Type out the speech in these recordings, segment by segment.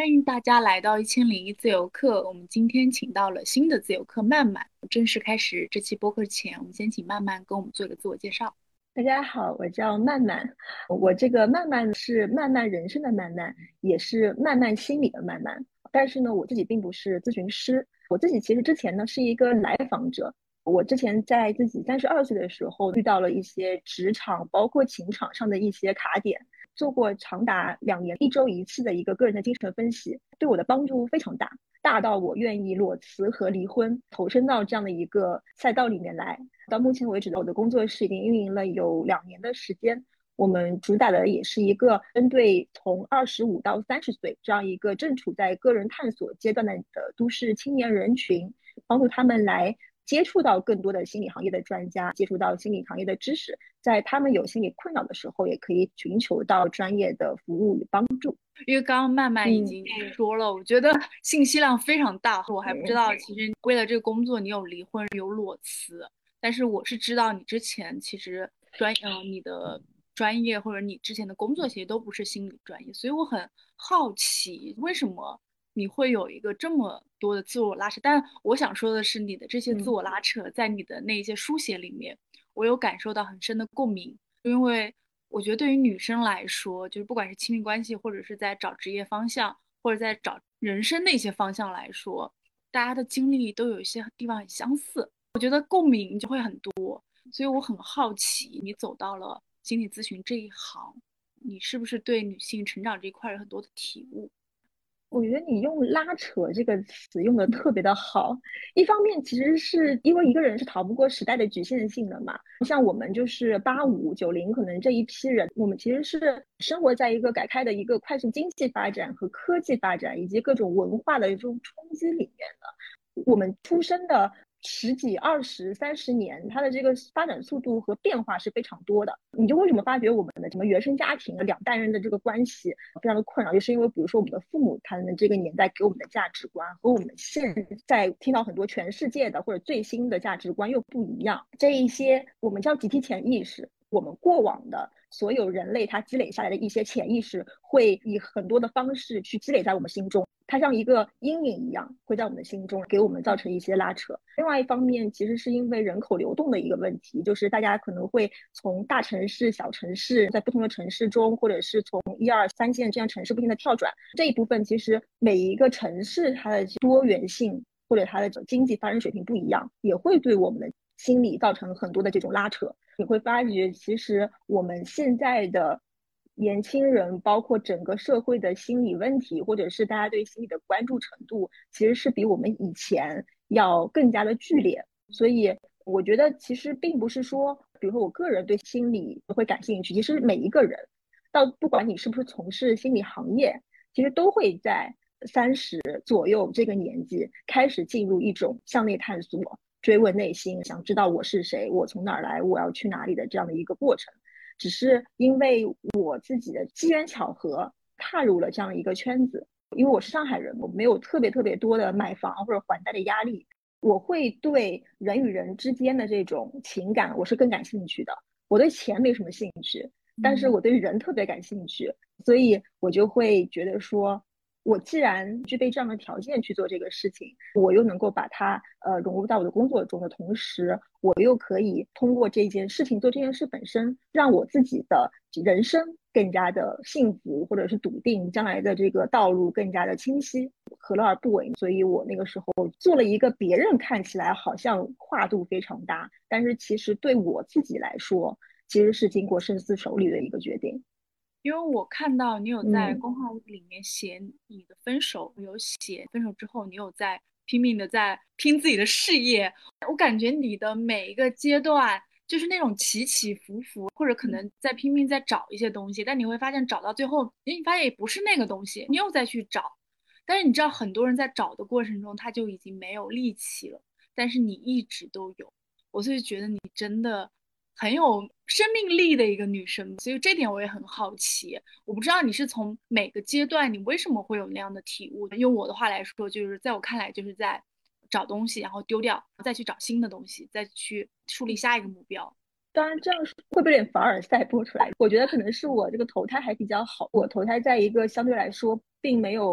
欢迎大家来到1001自由课。我们今天请到了新的自由课曼曼。正式开始这期播客前，我们先请曼曼跟我们做一个自我介绍。 大家好，我叫曼曼。我这个曼曼是漫漫人生的曼曼，也是漫漫心理的曼曼。但是呢，我自己并不是咨询师，我自己其实之前呢是一个来访者。我之前在自己32岁的时候遇到了一些职场，包括情场上的一些卡点，做过长达2年1周一次的一个个人的精神分析，对我的帮助非常大，大到我愿意裸辞和离婚，投身到这样的一个赛道里面来。到目前为止，我的工作室已经运营了有2年的时间。我们主打的也是一个针对从25到30岁这样一个正处在个人探索阶段的都市青年人群，帮助他们来接触到更多的心理行业的专家，接触到心理行业的知识，在他们有心理困扰的时候，也可以寻求到专业的服务与帮助。 因为刚刚曼曼已嗯经说了，我觉得信息量非常大，我还不知嗯道，其实为了这个工作，你有离婚，有裸辞，但是我是知道你之前其实你的专业或者你之前的工作其实都不是心理专业，所以我很好奇，为什么你会有一个这么多的自我拉扯？但我想说的是，你的这些自嗯我拉扯，在你的那一些书写里面，我有感受到很深的共鸣。因为我觉得对于女生来说，就是不管是亲密关系，或者是在找职业方向，或者在找人生的一些方向来说，大家的经历都有一些地方很相似，我觉得共鸣就会很多。所以我很好奇，你走到了心理咨询这一行，你是不是对女性成长这一块有很多的体悟？ 我觉得你用"拉扯"这个词用的特别的好。一方面，其实是因为一个人是逃不过时代的局限性的嘛。像我们就是85、90，可能这一批人，我们其实是生活在一个改开的一个快速经济发展和科技发展以及各种文化的这种冲击里面的。我们出生的十几、20、30年，它的这个发展速度和变化是非常多的。你就为什么发觉我们的什么原生家庭2代人的这个关系非常的困扰，就是因为比如说我们的父母他们这个年代给我们的价值观和我们现在听到很多全世界的或者最新的价值观又不一样。这一些我们叫集体潜意识，我们过往的所有人类他积累下来的一些潜意识，会以很多的方式去积累在我们心中。它像一个阴影一样，会在我们的心中给我们造成一些拉扯。另外一方面，其实是因为人口流动的一个问题，就是大家可能会从大城市、小城市，在不同的城市中，或者是从1、2、3线这样城市不停的跳转。这一部分其实每一个城市它的多元性或者它的经济发展水平不一样，也会对我们的心理造成很多的这种拉扯。你会发觉，其实我们现在的年轻人，包括整个社会的心理问题，或者是大家对心理的关注程度，其实是比我们以前要更加的剧烈。所以我觉得，其实并不是说，比如说我个人对心理会感兴趣，其实每一个人，到不管你是不是从事心理行业，其实都会在30左右这个年纪开始进入一种向内探索、追问内心，想知道我是谁，我从哪儿来，我要去哪里的这样的一个过程。只是因为我自己的机缘巧合踏入了这样一个圈子，因为我是上海人，我没有特别多的买房或者还贷的压力，我会对人与人之间的这种情感我是更感兴趣的。我对钱没什么兴趣，但是嗯。 我对人特别感兴趣，所以我就会觉得说，我既然具备这样的条件去做这个事情，我又能够把它融入到我的工作中的同时，我又可以通过这件事情做这件事本身，让我自己的人生更加的幸福，或者是笃定将来的这个道路更加的清晰，何乐而不为？所以我那个时候做了一个别人看起来好像跨度非常大，但是其实对我自己来说，其实是经过深思熟虑的一个决定。 因为我看到你有在嗯公号里面写你的分手，有写分手之后，你有在拼命的在拼自己的事业。我感觉你的每一个阶段就是那种起起伏伏，或者可能在拼命在找一些东西，但你会发现找到最后，你发现也不是那个东西，你又再去找。但是你知道，很多人在找的过程中，他就已经没有力气了，但是你一直都有。我就觉得你真的很有生命力的一个女生，所以这点我也很好奇。我不知道你是从每个阶段，你为什么会有那样的体悟？用我的话来说，就是在我看来，就是在找东西，然后丢掉，再去找新的东西，再去树立下一个目标。 当然，这样会不会有点凡尔赛播出来？我觉得可能是我这个投胎还比较好，我投胎在一个相对来说并没有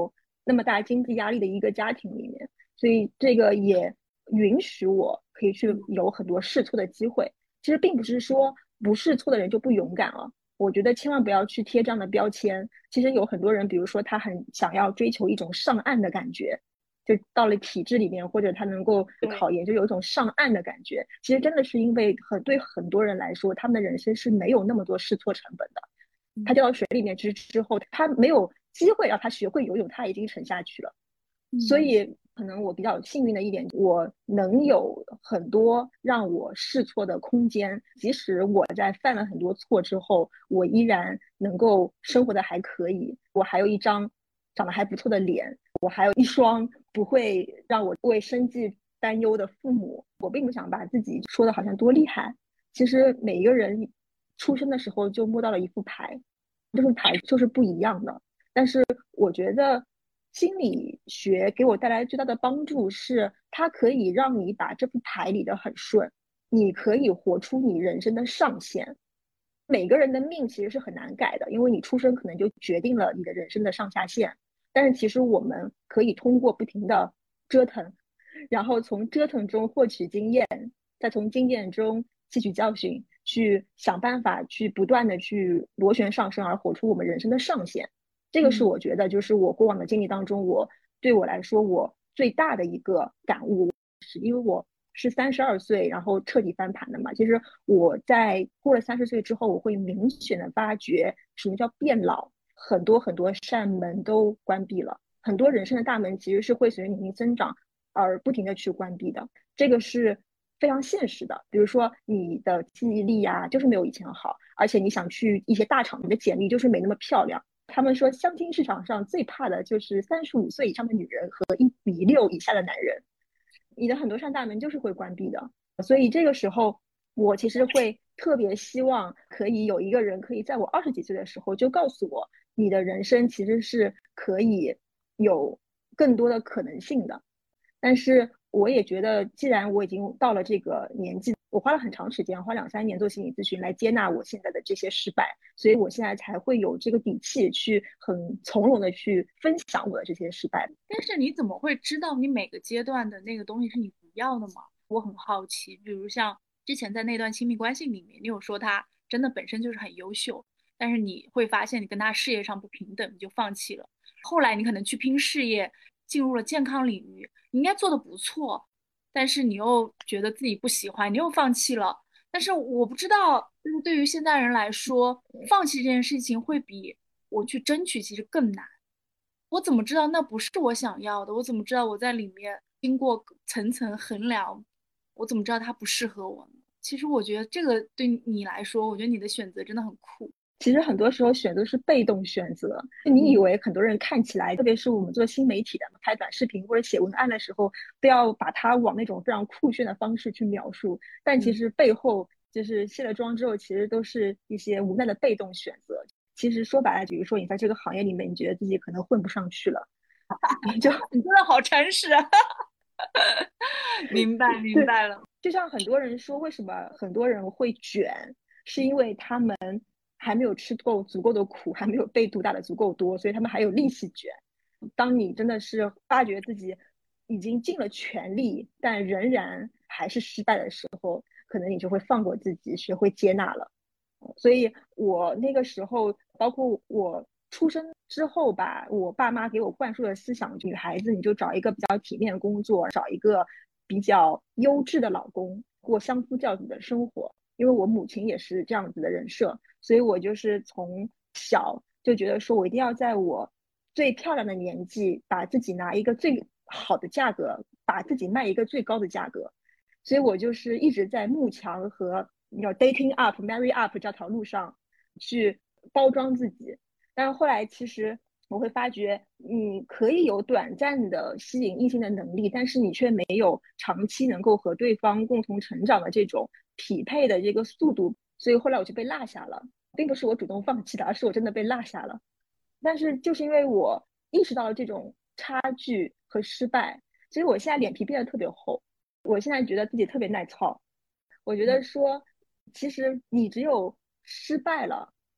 那么大经济压力的一个家庭里面，所以这个也允许我可以去有很多试错的机会。其实并不是说不试错的人就不勇敢了，我觉得千万不要去贴这样的标签。其实有很多人，比如说他很想要追求一种上岸的感觉，就到了体制里面，或者他能够考研，就有一种上岸的感觉。其实真的是因为对很多人来说，他们的人生是没有那么多试错成本的。他掉到水里面之后，他没有机会让他学会游泳，他已经沉下去了。所以可能我比较幸运的一点，我能有很多让我试错的空间，即使我在犯了很多错之后，我依然能够生活的还可以。我还有一张长得还不错的脸，我还有一双不会让我为生计担忧的父母。我并不想把自己说的好像多厉害，其实每一个人出生的时候就摸到了一副牌，这副牌就是不一样的。但是我觉得心理学给我带来最大的帮助是，它可以让你把这副牌理得很顺，你可以活出你人生的上限。每个人的命其实是很难改的，因为你出生可能就决定了你的人生的上下限。但是其实我们可以通过不停的折腾，然后从折腾中获取经验，再从经验中吸取教训，去想办法去不断的去螺旋上升，而活出我们人生的上限。这个是我觉得就是我过往的经历当中，对我来说我最大的一个感悟，是因为我是32岁，然后彻底翻盘的嘛。其实我在过了30岁之后，我会明显的发觉什么叫变老，很多很多扇门都关闭了，很多人生的大门其实是会随着年龄增长而不停的去关闭的，这个是非常现实的。比如说你的记忆力啊，就是没有以前好，而且你想去一些大厂，你的简历就是没那么漂亮。他们说，相亲市场上最怕的就是35岁以上的女人和1米6以下的男人。你的很多扇大门就是会关闭的，所以这个时候，我其实会特别希望可以有一个人可以在我20几岁的时候就告诉我，你的人生其实是可以有更多的可能性的。但是我也觉得，既然我已经到了这个年纪，我花了很长时间，花2、3年做心理咨询来接纳我现在的这些失败，所以我现在才会有这个底气去很从容的去分享我的这些失败。 但是你怎么会知道你每个阶段的那个东西是你不要的吗？我很好奇。比如像之前在那段亲密关系里面，你有说他真的本身就是很优秀，但是你会发现你跟他事业上不平等，你就放弃了。后来你可能去拼事业，进入了健康领域，你应该做的不错，但是你又觉得自己不喜欢，你又放弃了。但是我不知道，就是对于现代人来说，放弃这件事情会比我去争取其实更难。我怎么知道那不是我想要的？我怎么知道我在里面经过层层衡量，我怎么知道它不适合我呢？其实我觉得这个对你来说，我觉得你的选择真的很酷。 其实很多时候选择是被动选择，你以为很多人看起来，特别是我们做新媒体的，拍短视频或者写文案的时候，都要把它往那种非常酷炫的方式去描述，但其实背后就是卸了妆之后，其实都是一些无奈的被动选择。其实说白了，比如说你在这个行业里面，你觉得自己可能混不上去了，就你真的好诚实啊！明白明对， 白了。 就像很多人说，为什么很多人会卷，是因为他们还没有吃够足够的苦，还没有被毒打的足够多，所以他们还有力气卷。当你真的是发觉自己已经尽了全力，但仍然还是失败的时候，可能你就会放过自己，学会接纳了。所以我那个时候，包括我出生之后吧，我爸妈给我灌输的思想，女孩子你就找一个比较体面的工作，找一个比较优质的老公，过相夫教子的生活。因为我母亲也是这样子的人设，所以我就是从小就觉得说我一定要在我最漂亮的年纪，把自己拿一个最好的价格，把自己卖一个最高的价格。所以我就是一直在慕强和dating up、marry up 这条路上去包装自己。但是后来其实我会发觉，你可以有短暂的吸引异性的能力，但是你却没有长期能够和对方共同成长的这种匹配的这个速度。所以后来我就被落下了，并不是我主动放弃的，而是我真的被落下了。但是就是因为我意识到了这种差距和失败，所以我现在脸皮变得特别厚。我现在觉得自己特别耐操。我觉得说，其实你只有失败了，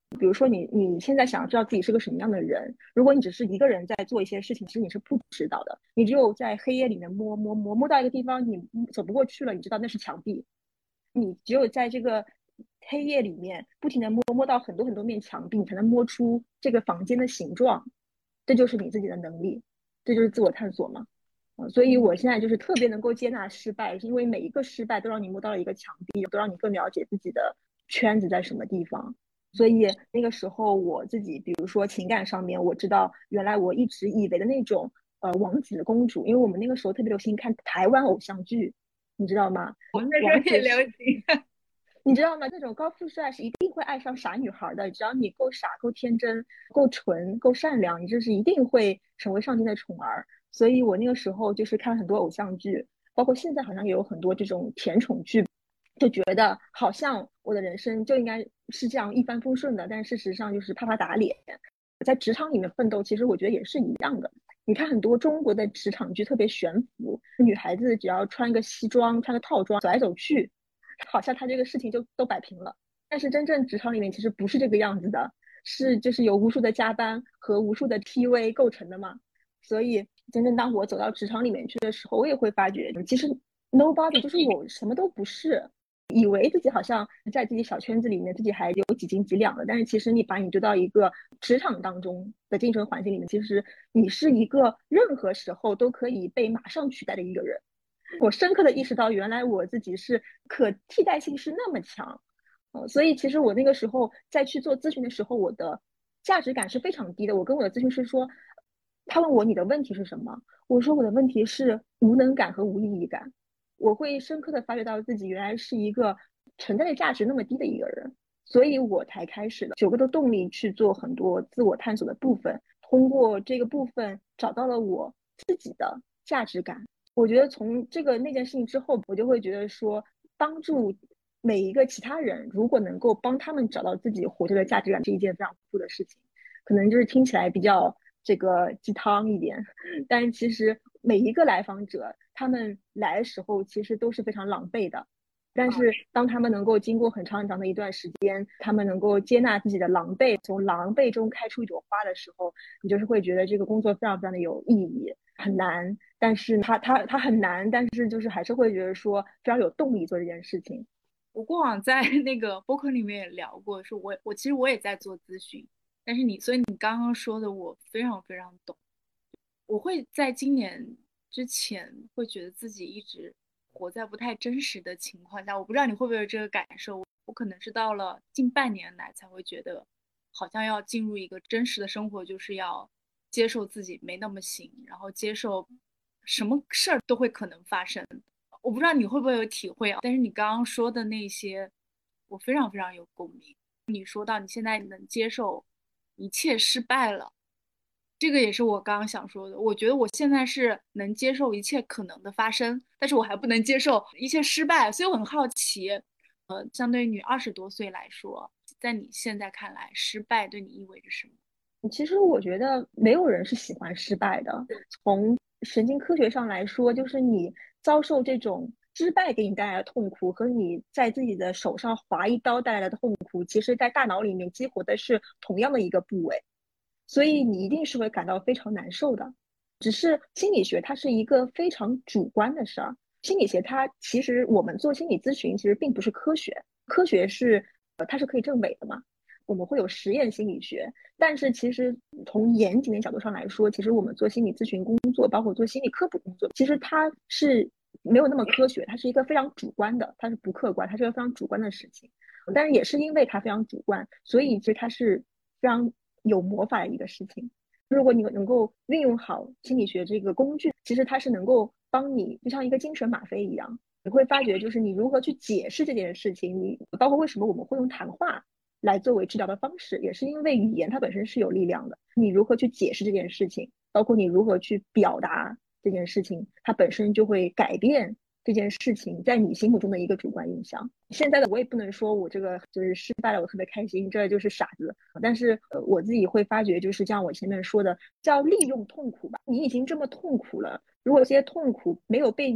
比如说你现在想知道自己是个什么样的人，如果你只是一个人在做一些事情，其实你是不知道的。你只有在黑夜里面摸到一个地方，你走不过去了，你知道那是墙壁。你只有在这个黑夜里面不停的摸到很多很多面墙壁，你才能摸出这个房间的形状。这就是你自己的能力，这就是自我探索嘛。所以我现在就是特别能够接纳失败，是因为每一个失败都让你摸到了一个墙壁，都让你更了解自己的圈子在什么地方。所以那个时候我自己，比如说情感上面，我知道原来我一直以为的那种王子公主，因为我们那个时候特别流行看台湾偶像剧，你知道吗？ 我们那时候也王子是流行。 你知道吗？这种高富帅是一定会爱上傻女孩的，只要你够傻、够天真、够纯、够善良，你就是一定会成为上天的宠儿。所以我那个时候就是看很多偶像剧，包括现在好像也有很多这种甜宠剧，就觉得好像我的人生就应该是这样一帆风顺的，但事实上就是啪啪打脸。在职场里面奋斗，其实我觉得也是一样的。你看很多中国的职场剧特别悬浮，女孩子只要穿个西装、穿个套装走来走去，好像她这个事情就都摆平了。但是真正职场里面其实不是这个样子的，是就是由无数的加班和无数的 PUA 构成的嘛。所以真正当我走到职场里面去的时候，我也会发觉，其实 nobody 就是我什么都不是。以为自己好像在自己小圈子里面，自己还有几斤几两的，但是其实你把你丢到一个职场当中的竞争环境里面，其实你是一个任何时候都可以被马上取代的一个人。我深刻的意识到，原来我自己是可替代性是那么强。所以其实我那个时候在去做咨询的时候，我的价值感是非常低的。我跟我的咨询师说，他问我你的问题是什么，我说我的问题是无能感和无意义感。我会深刻的发觉到自己原来是一个存在的价值那么低的一个人，所以我才开始了9个的动力去做很多自我探索的部分，通过这个部分找到了我自己的价值感。我觉得从那件事情之后，我就会觉得说，帮助每一个其他人，如果能够帮他们找到自己活着的价值感，是一件非常酷的事情。可能就是听起来比较这个鸡汤一点，但是其实每一个来访者，他们来的时候其实都是非常狼狈的。但是当他们能够经过很长很长的一段时间，他们能够接纳自己的狼狈，从狼狈中开出一朵花的时候，你就是会觉得这个工作非常非常的有意义，很难，但是它很难，但是就是还是会觉得说非常有动力做这件事情。 我过往在那个播客里面也聊过，说我其实我也在做咨询，但是所以你刚刚说的我非常非常懂。我会在今年之前会觉得自己一直活在不太真实的情况下，我不知道你会不会有这个感受。我可能是到了近半年来才会觉得，好像要进入一个真实的生活，就是要接受自己没那么行，然后接受什么事儿都会可能发生。我不知道你会不会有体会啊？但是你刚刚说的那些，我非常非常有共鸣。你说到你现在能接受一切失败了，这个也是我刚刚想说的。我觉得我现在是能接受一切可能的发生，但是我还不能接受一切失败。所以我很好奇，相对于你20多岁来说，在你现在看来，失败对你意味着什么？ 其实我觉得没有人是喜欢失败的。从神经科学上来说，就是你遭受这种失败给你带来的痛苦，和你在自己的手上划一刀带来的痛苦，其实在大脑里面激活的是同样的一个部位，所以你一定是会感到非常难受的。只是心理学它是一个非常主观的事儿，心理学它其实我们做心理咨询其实并不是科学，科学是它是可以证伪的嘛。我们会有实验心理学，但是其实从严谨的角度上来说，其实我们做心理咨询工作，包括做心理科普工作，其实它是没有那么科学，它是一个非常主观的，它是不客观，它是一个非常主观的事情。但是也是因为它非常主观，所以其实它是非常有魔法的一个事情。如果你能够运用好心理学这个工具，其实它是能够帮你，就像一个精神吗啡一样，你会发觉就是你如何去解释这件事情，你包括为什么我们会用谈话来作为治疗的方式，也是因为语言它本身是有力量的。你如何去解释这件事情，包括你如何去表达这件事情，它本身就会改变这件事情在你心目中的一个主观印象。现在的我也不能说我这个就是失败了，我特别开心，这就是傻子。但是我自己会发觉，就是像我前面说的，叫利用痛苦吧。你已经这么痛苦了，如果这些痛苦没有被你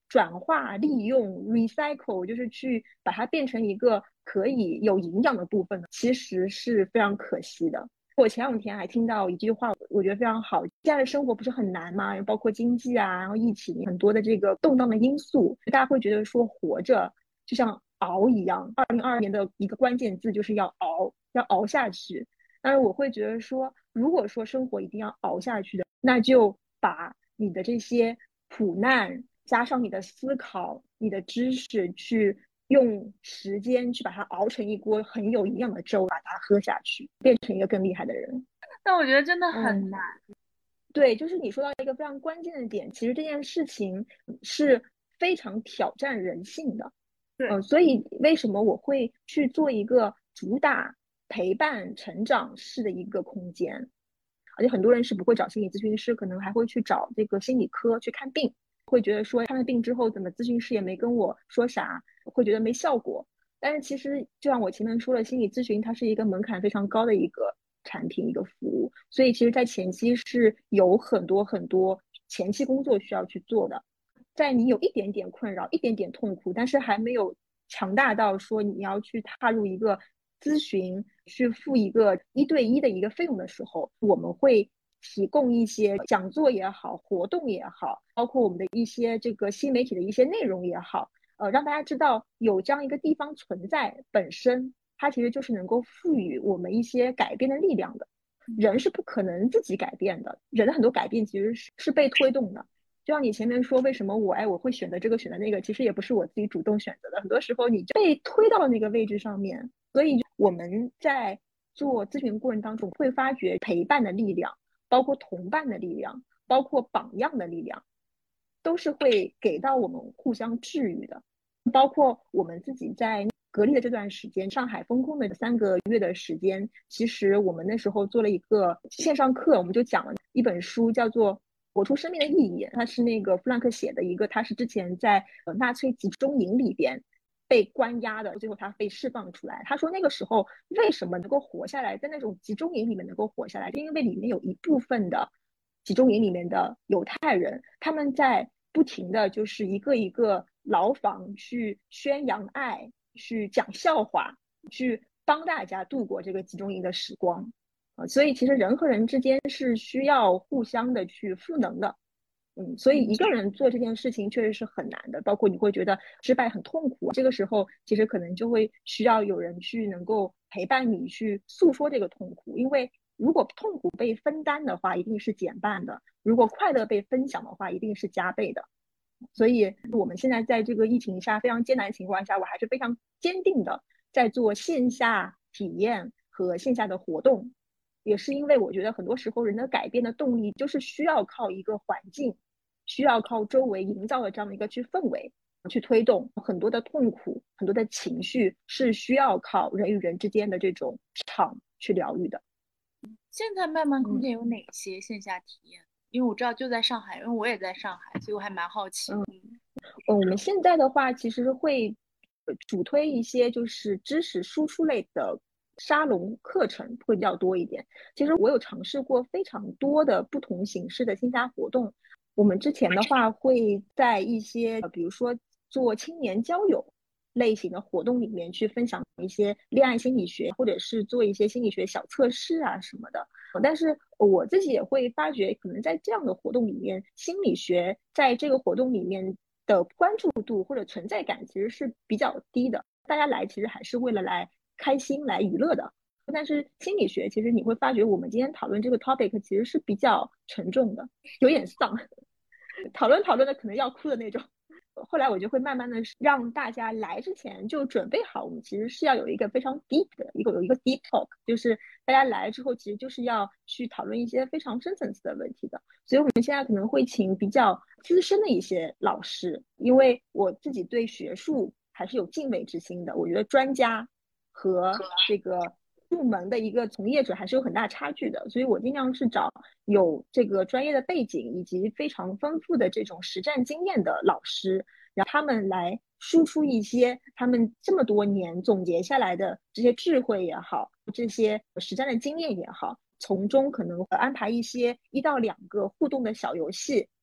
转化、利用、recycle，就是去把它变成一个可以有营养的部分，其实是非常可惜的。我前两天还听到一句话，我觉得非常好。现在的生活不是很难吗？包括经济啊，然后疫情很多的这个动荡的因素，大家会觉得说活着就像熬一样。2022年的一个关键字就是要熬，要熬下去。但是我会觉得说，如果说生活一定要熬下去的，那就把你的这些苦难加上你的思考、你的知识，去用时间去把它熬成一锅很有营养的粥，把它喝下去，变成一个更厉害的人。 但我觉得真的很嗯， 难。 对，就是你说到一个非常关键的点，其实这件事情是非常挑战人性的。 对， 所以为什么我会去做一个主打陪伴成长式的一个空间？而且很多人是不会找心理咨询师，可能还会去找这个心理科去看病，会觉得说看了病之后，怎么咨询师也没跟我说啥，会觉得没效果。但是其实就像我前面说的，心理咨询它是一个门槛非常高的一个产品、一个服务，所以其实在前期是有很多很多前期工作需要去做的。在你有一点点困扰、一点点痛苦，但是还没有强大到说你要去踏入一个咨询，去付一个1对1的一个费用的时候，我们会提供一些讲座也好、活动也好，包括我们的一些这个新媒体的一些内容也好，让大家知道有这样一个地方存在本身，它其实就是能够赋予我们一些改变的力量的。人是不可能自己改变的，人的很多改变其实是被推动的。就像你前面说，为什么我会选择这个选择那个，其实也不是我自己主动选择的，很多时候你就被推到了那个位置上面。所以我们在做咨询过程当中，会发掘陪伴的力量，包括同伴的力量，包括榜样的力量，都是会给到我们互相治愈的。包括我们自己在隔离的这段时间，上海封控的3个月的时间，其实我们那时候做了一个线上课，我们就讲了一本书，叫做《活出生命的意义》，它是那个弗兰克写的一个，他是之前在纳粹集中营里边被关押的，最后他被释放出来。他说那个时候为什么能够活下来，在那种集中营里面能够活下来，因为里面有一部分的集中营里面的犹太人，他们在不停的就是一个一个牢房去宣扬爱，去讲笑话，去帮大家度过这个集中营的时光。所以其实人和人之间是需要互相的去赋能的。所以一个人做这件事情确实是很难的，包括你会觉得失败很痛苦，这个时候其实可能就会需要有人去能够陪伴你去诉说这个痛苦，因为如果痛苦被分担的话，一定是减半的；如果快乐被分享的话，一定是加倍的。所以我们现在在这个疫情下非常艰难的情况下，我还是非常坚定的在做线下体验和线下的活动，也是因为我觉得很多时候人的改变的动力就是需要靠一个环境，需要靠周围营造的这样的一个氛围去推动。很多的痛苦、很多的情绪是需要靠人与人之间的这种场去疗愈的。 现在慢慢空间有哪些线下体验？因为我知道就在上海，因为我也在上海，所以我还蛮好奇。 我们现在的话，其实会主推一些就是知识输出类的沙龙课程会比较多一点。其实我有尝试过非常多的不同形式的线下活动。我们之前的话会在一些比如说做青年交友类型的活动里面去分享一些恋爱心理学，或者是做一些心理学小测试啊什么的。但是我自己也会发觉，可能在这样的活动里面，心理学在这个活动里面的关注度或者存在感其实是比较低的。大家来其实还是为了来开心、来娱乐的。但是心理学其实你会发觉，我们今天讨论这个 topic 其实是比较沉重的，有点丧，讨论讨论的可能要哭的那种。后来我就会慢慢的让大家来之前就准备好，我们其实是要有一个非常 deep 的有一个 deep talk， 就是大家来之后其实就是要去讨论一些非常深层次的问题的。所以我们现在可能会请比较资深的一些老师，因为我自己对学术还是有敬畏之心的，我觉得专家和这个入门的一个从业者还是有很大差距的，所以我尽量是找有这个专业的背景以及非常丰富的这种实战经验的老师，让他们来输出一些他们这么多年总结下来的这些智慧也好，这些实战的经验也好，从中可能安排一些1到2个互动的小游戏，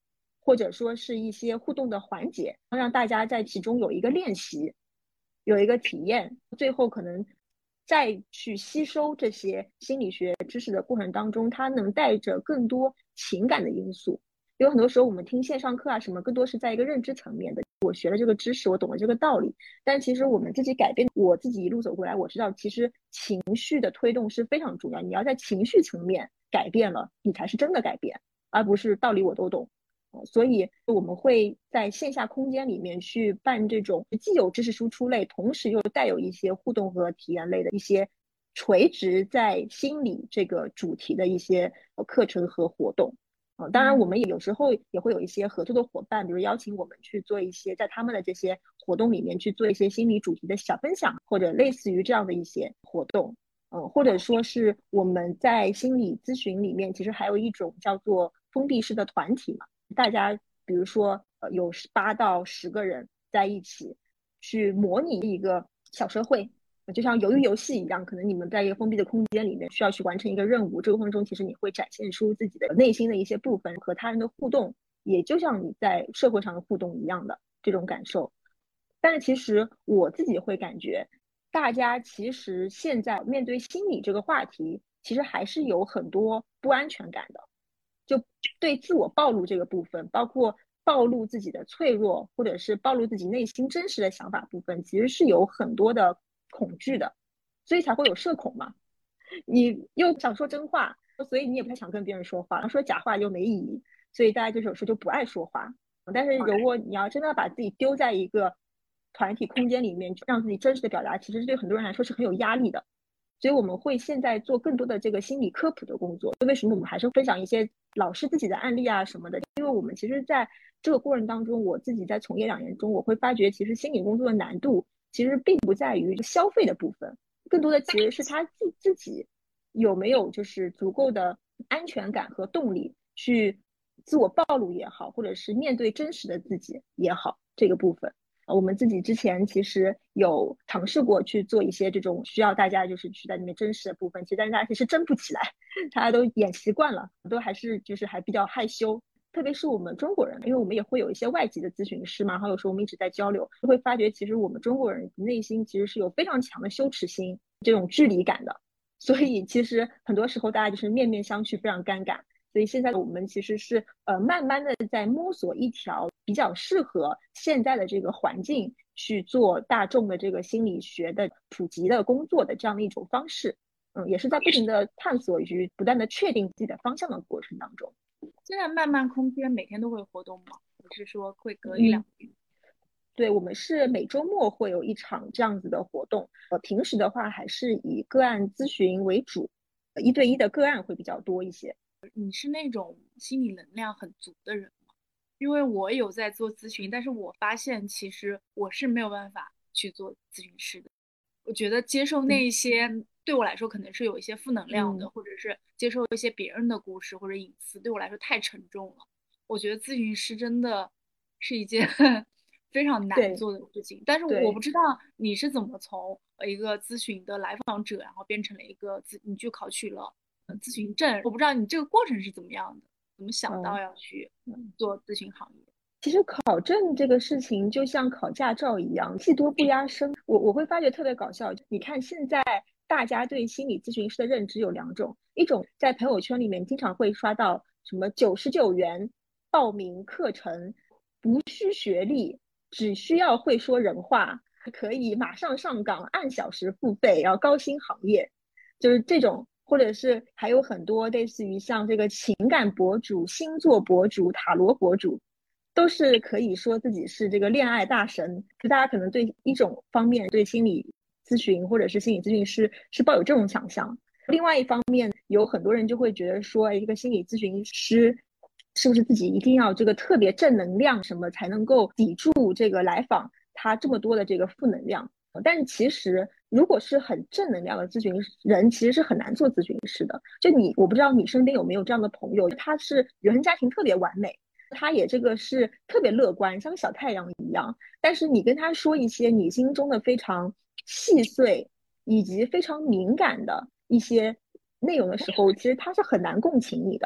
或者说是一些互动的环节，让大家在其中有一个练习，有一个体验，最后可能再去吸收这些心理学知识的过程当中，它能带着更多情感的因素。有很多时候我们听线上课啊什么，更多是在一个认知层面的，我学了这个知识，我懂了这个道理，但其实我们自己改变，我自己一路走过来，我知道其实情绪的推动是非常重要，你要在情绪层面改变了，你才是真的改变，而不是道理我都懂。所以我们会在线下空间里面去办这种既有知识输出类，同时又带有一些互动和体验类的一些垂直在心理这个主题的一些课程和活动。当然我们也有时候也会有一些合作的伙伴，比如邀请我们去做一些在他们的这些活动里面去做一些心理主题的小分享，或者类似于这样的一些活动。或者说是我们在心理咨询里面，其实还有一种叫做封闭式的团体嘛，大家比如说有8到10个人在一起去模拟一个小社会，就像鱿鱼游戏一样，可能你们在一个封闭的空间里面需要去完成一个任务，这个过程中其实你会展现出自己的内心的一些部分和他人的互动，也就像你在社会上的互动一样的这种感受。但是其实我自己会感觉，大家其实现在面对心理这个话题，其实还是有很多不安全感的。就对自我暴露这个部分，包括暴露自己的脆弱，或者是暴露自己内心真实的想法部分，其实是有很多的恐惧的，所以才会有社恐嘛。你又想说真话，所以你也不太想跟别人说话，说假话又没意义，所以大家就是有时候就不爱说话。但是如果你要真的把自己丢在一个团体空间里面，让自己真实的表达，其实对很多人来说是很有压力的。所以我们会现在做更多的这个心理科普的工作。为什么我们还是分享一些老师自己的案例啊什么的？因为我们其实在这个过程当中，我自己在从业2年中，我会发觉其实心理工作的难度其实并不在于消费的部分，更多的其实是他自己有没有就是足够的安全感和动力去自我暴露也好，或者是面对真实的自己也好，这个部分。我们自己之前其实有尝试过去做一些这种需要大家就是去在里面真实的部分，其实但是大家其实真不起来，大家都演习惯了，都还是就是还比较害羞。特别是我们中国人，因为我们也会有一些外籍的咨询师嘛，然后有时候我们一直在交流，就会发觉其实我们中国人内心其实是有非常强的羞耻心，这种距离感的，所以其实很多时候大家就是面面相觑，非常尴尬。所以现在我们其实是慢慢的在摸索一条比较适合现在的这个环境去做大众的这个心理学的普及的工作的这样的一种方式。也是在不停的探索以及不断的确定自己的方向的过程当中。 现在漫漫空间每天都会活动吗？还是说会隔1、2天？ 对，我们是每周末会有一场这样子的活动。平时的话还是以个案咨询为主，1对1的个案会比较多一些。 你是那种心理能量很足的人吗？因为我有在做咨询，但是我发现其实我是没有办法去做咨询师的。我觉得接受那一些对我来说可能是有一些负能量的，或者是接受一些别人的故事或者隐私，对我来说太沉重了。我觉得咨询师真的是一件非常难对做的事情。但是我不对， 知道你是怎么从一个咨询的来访者，然后变成了一个你去考取了咨询证。我不知道你这个过程是怎么样的，怎么想到要去做咨询行业？ 其实考证这个事情就像考驾照一样，技多不压身。我会发觉特别搞笑。你看现在大家对心理咨询师的认知有2种，一种在朋友圈里面经常会刷到什么99元报名课程，不需学历，只需要会说人话，可以马上上岗，按小时付费，然后高薪行业，就是这种。或者是还有很多类似于像这个情感博主、星座博主、塔罗博主，都是可以说自己是这个恋爱大神。就大家可能对一种方面对心理咨询或者是心理咨询师是抱有这种想象，另外一方面有很多人就会觉得说，一个心理咨询师是不是自己一定要这个特别正能量什么才能够抵住这个来访他这么多的这个负能量？但是其实，如果是很正能量的咨询人，其实是很难做咨询师的。就你，我不知道你身边有没有这样的朋友，他是原生家庭特别完美，他也这个是特别乐观，像个小太阳一样。但是你跟他说一些你心中的非常细碎以及非常敏感的一些内容的时候，其实他是很难共情你的。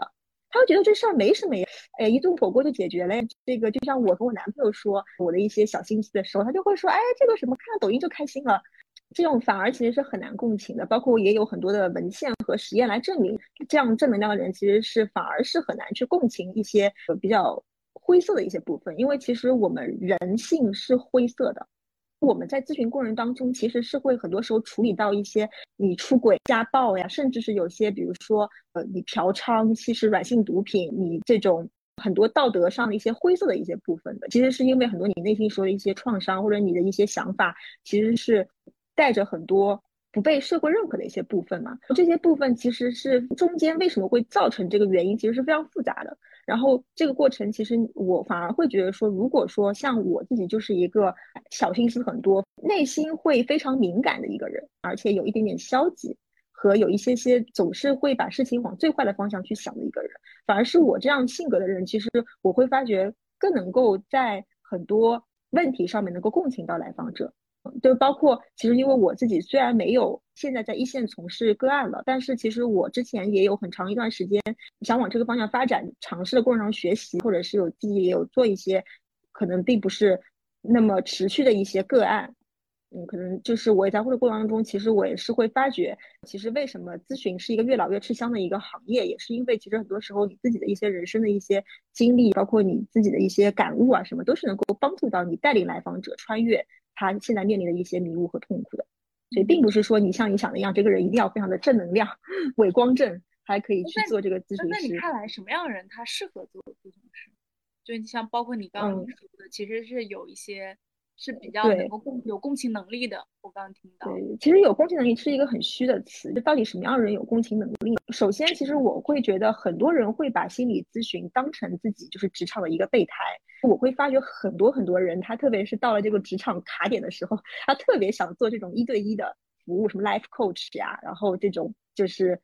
他会觉得这事儿没什么呀，哎，一顿火锅就解决了。这个就像我跟我男朋友说我的一些小心思的时候，他就会说，哎，这个什么看了抖音就开心了。这种反而其实是很难共情的，包括也有很多的文献和实验来证明，这样正能量的人其实是反而是很难去共情一些比较灰色的一些部分，因为其实我们人性是灰色的。我们在咨询过程当中，其实是会很多时候处理到一些你出轨、家暴呀，甚至是有些比如说你嫖娼、吸食软性毒品，你这种很多道德上的一些灰色的一些部分的，其实是因为很多你内心说的一些创伤，或者你的一些想法，其实是带着很多不被社会认可的一些部分嘛。这些部分其实是中间为什么会造成这个原因，其实是非常复杂的。然后这个过程，其实我反而会觉得说，如果说像我自己就是一个小心思很多、内心会非常敏感的一个人，而且有一点点消极，和有一些总是会把事情往最坏的方向去想的一个人，反而是我这样性格的人，其实我会发觉更能够在很多问题上面能够共情到来访者。就包括其实因为我自己虽然没有现在在一线从事个案了，但是其实我之前也有很长一段时间想往这个方向发展，尝试的过程中学习，或者是有自己也有做一些可能并不是那么持续的一些个案。可能就是我也在这个过程当中，其实我也是会发觉，其实为什么咨询是一个越老越吃香的一个行业，也是因为其实很多时候你自己的一些人生的一些经历，包括你自己的一些感悟啊，什么都是能够帮助到你带领来访者穿越他现在面临的一些迷雾和痛苦的。所以并不是说你像你想的一样，这个人一定要非常的正能量、伟光正，还可以去做这个咨询师。 那你看来什么样的人他适合做咨询师？就你像包括你刚刚说的，其实是有一些是比较能对。 够有共情能力的。我刚刚听到， 对，其实有共情能力是一个很虚的词，就到底什么样的人有共情能力？首先，其实我会觉得很多人会把心理咨询当成自己就是职场的一个备胎。我会发觉很多人，他特别是到了这个职场卡点的时候，他特别想做这种1对1的服务，什么 life coach 呀，然后这种就是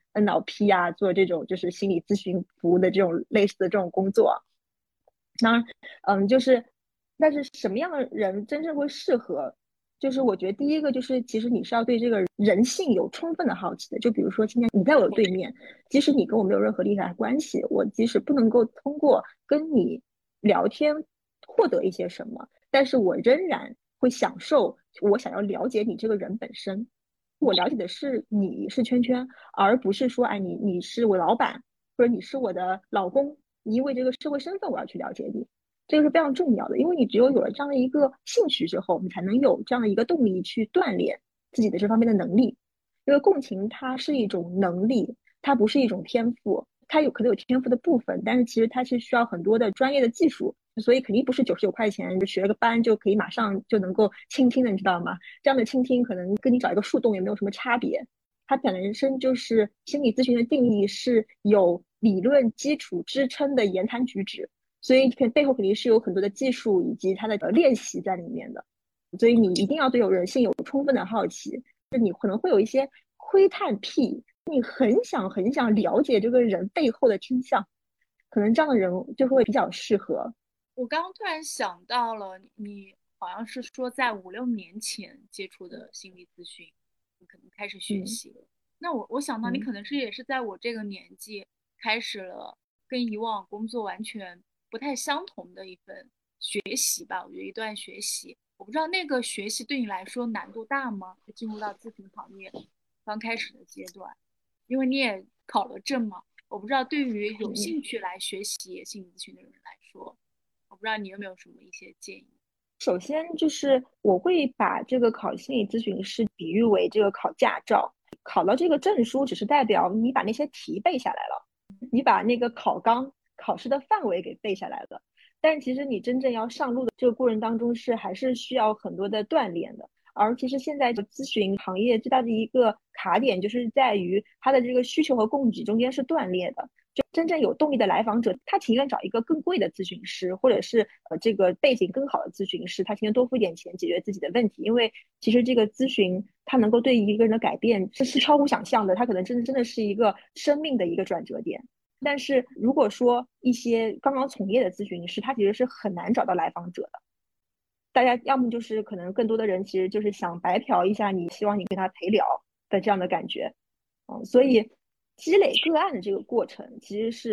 NLP 呀，做这种就是心理咨询服务的这种类似的这种工作。当然，就是，但是什么样的人真正会适合？就是我觉得第一个就是，其实你是要对这个人性有充分的好奇的。就比如说，今天你在我的对面，即使你跟我没有任何利害关系，我即使不能够通过跟你聊天获得一些什么，但是我仍然会享受我想要了解你这个人本身。我了解的是你是圈圈，而不是说，哎，你是我老板，或者你是我的老公，你因为这个社会身份我要去了解你，这个是非常重要的。因为你只有了这样的一个兴趣之后，你才能有这样的一个动力去锻炼自己的这方面的能力。因为共情它是一种能力，它不是一种天赋，它可能有天赋的部分，但是其实它是需要很多的专业的技术，所以肯定不是99块钱就学了个班就可以马上就能够倾听的，你知道吗？这样的倾听可能跟你找一个树洞也没有什么差别。它本身就是心理咨询的定义是有理论基础支撑的言谈举止，所以背后肯定是有很多的技术以及它的练习在里面的。所以你一定要对有人性有充分的好奇，就你可能会有一些窥探癖，你很想了解这个人背后的真相，可能这样的人就会比较适合。 我刚刚突然想到了，你好像是说在5、6年前接触的心理咨询，你可能开始学嗯习了。那我想到你嗯可能也是在我这个年纪开始了跟以往工作完全不太相同的一份学习吧。我觉得一段学习，我不知道那个学习对你来说难度大吗？进入到咨询行业刚开始的阶段，因为你也考了证嘛。我不知道对于有嗯。 兴趣来学习心理咨询的人来说。我不知道你有没有什么一些建议？ 首先就是我会把这个考心理咨询师比喻为这个考驾照，考到这个证书只是代表你把那些题背下来了，你把那个考纲考试的范围给背下来了，但其实你真正要上路的这个过程当中还是需要很多的锻炼的。而其实现在咨询行业最大的一个卡点就是在于它的这个需求和供给中间是断裂的。就真正有动力的来访者，他情愿找一个更贵的咨询师，或者是这个背景更好的咨询师，他情愿多付一点钱解决自己的问题。因为其实这个咨询，它能够对一个人的改变是超乎想象的，它可能真的是一个生命的一个转折点。但是如果说一些刚刚从业的咨询师，他其实是很难找到来访者的。大家要么就是可能更多的人其实就是想白嫖一下你，希望你跟他陪聊的这样的感觉。所以积累个案的这个过程其实是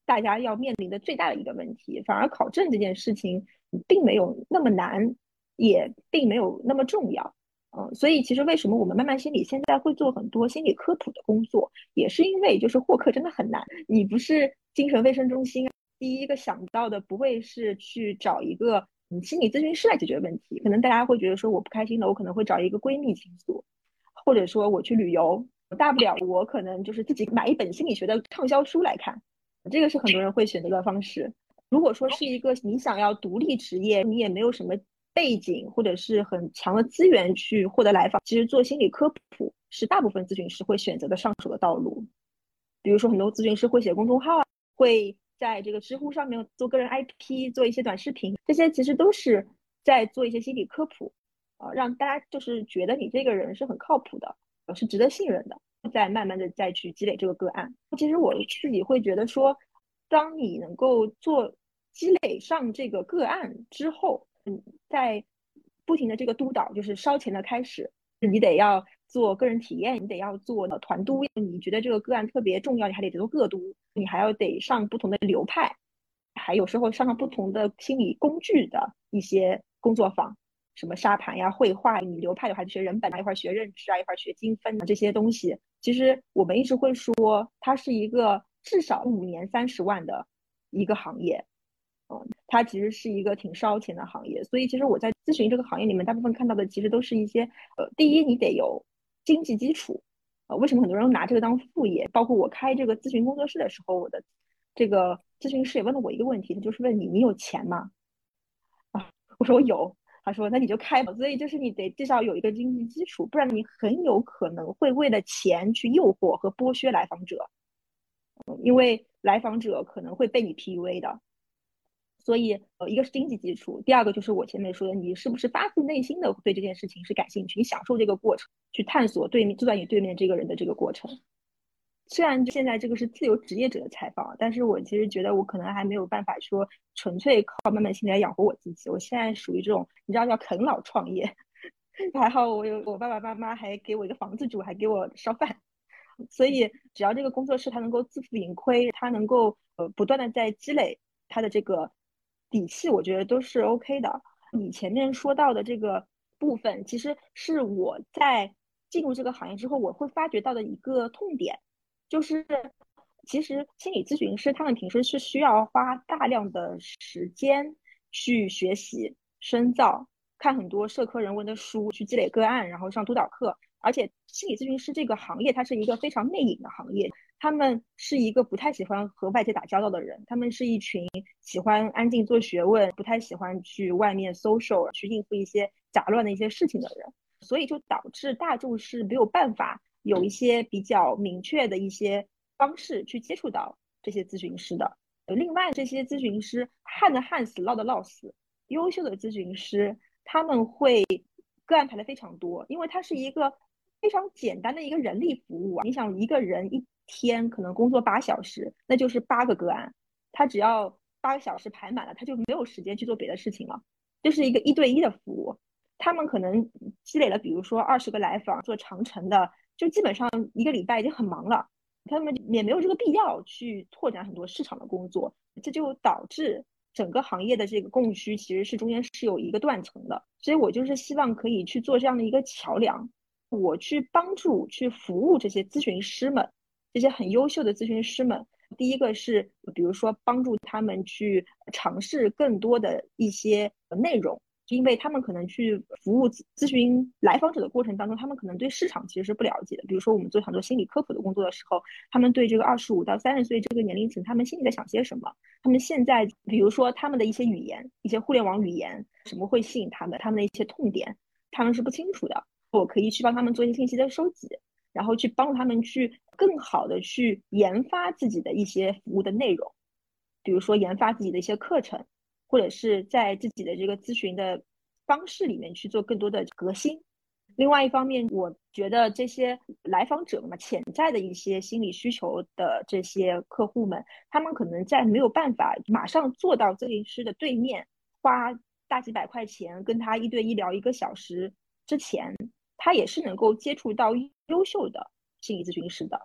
大家要面临的最大的一个问题，反而考证这件事情并没有那么难，也并没有那么重要。所以其实为什么我们慢慢心理现在会做很多心理科普的工作，也是因为就是获客真的很难。你不是精神卫生中心，第一个想到的不会是去找一个心理咨询师来解决问题，可能大家会觉得说我不开心了，我可能会找一个闺蜜倾诉，或者说我去旅游，大不了我可能就是自己买一本心理学的畅销书来看，这个是很多人会选择的方式。如果说是一个你想要独立职业，你也没有什么背景或者是很强的资源去获得来访，其实做心理科普是大部分咨询师会选择的上手的道路。比如说很多咨询师会写公众号，会在这个知乎上面做个人 IP， 做一些短视频，这些其实都是在做一些心理科普，让大家就是觉得你这个人是很靠谱的，是值得信任的，再慢慢的再去积累这个个案。其实我自己会觉得说，当你能够积累上这个个案之后，在不停的这个督导，就是烧钱的开始，你得要做个人体验，你得要做团督，你觉得这个个案特别重要，你还得做个督，你还要得上不同的流派，还有时候上不同的心理工具的一些工作坊，什么沙盘呀、绘画，你流派的话就学人本，一会儿学认知啊，一会儿学精分啊，这些东西，其实我们一直会说，它是一个至少5年30万的一个行业。它其实是一个挺烧钱的行业，所以其实我在咨询这个行业里面，大部分看到的其实都是一些第一你得有经济基础，为什么很多人拿这个当副业？包括我开这个咨询工作室的时候，我的这个咨询师也问了我一个问题，他就是问你有钱吗？我说我有，他说那你就开吧。所以就是你得至少有一个经济基础，不然你很有可能会为了钱去诱惑和剥削来访者，因为来访者可能会被你 PUA 的。所以，一个是经济基础，第二个就是我前面说的，你是不是发自内心的对这件事情是感兴趣，你享受这个过程，去探索坐在你对面这个人的这个过程。虽然现在这个是自由职业者的采访，但是我其实觉得我可能还没有办法说纯粹靠慢慢心理来养活我自己。我现在属于这种，你知道叫啃老创业，还好我爸爸妈妈还给我一个房子住，还给我烧饭，所以只要这个工作室它能够自负盈亏，它能够不断的在积累它的这个底气，我觉得都是 OK 的。你前面说到的这个部分，其实是我在进入这个行业之后，我会发觉到的一个痛点，就是其实心理咨询师他们平时是需要花大量的时间去学习、深造，看很多社科人文的书，去积累个案，然后上督导课。而且心理咨询师这个行业，它是一个非常内隐的行业，他们是一个不太喜欢和外界打交道的人，他们是一群喜欢安静做学问，不太喜欢去外面 social 去应付一些杂乱的一些事情的人，所以就导致大众是没有办法有一些比较明确的一些方式去接触到这些咨询师的。另外，这些咨询师旱的旱死，涝的涝死，优秀的咨询师他们会个案排的非常多，因为它是一个非常简单的一个人力服务啊。你想一个人一天可能工作8小时，那就是8个个案，他只要8个小时排满了，他就没有时间去做别的事情了，就是一个1对1的服务。他们可能积累了，比如说20个来访，做长程的，就基本上一个礼拜已经很忙了。他们也没有这个必要去拓展很多市场的工作，这就导致整个行业的这个供需其实是中间是有一个断层的。所以我就是希望可以去做这样的一个桥梁，我去帮助、去服务这些咨询师们，这些很优秀的咨询师们。第一个是，比如说帮助他们去尝试更多的一些内容，因为他们可能去服务咨询来访者的过程当中，他们可能对市场其实是不了解的。比如说我们做很多心理科普的工作的时候，他们对这个25到30岁这个年龄层，他们心里在想些什么？他们现在，比如说他们的一些语言，一些互联网语言，什么会吸引他们？他们的一些痛点，他们是不清楚的。我可以去帮他们做一些信息的收集，然后去帮助他们去更好的去研发自己的一些服务的内容，比如说研发自己的一些课程，或者是在自己的这个咨询的方式里面去做更多的革新。另外一方面，我觉得这些来访者嘛，潜在的一些心理需求的这些客户们，他们可能在没有办法马上做到咨询师的对面，花大几百块钱跟他1对1聊1个小时之前，他也是能够接触到优秀的心理咨询师的。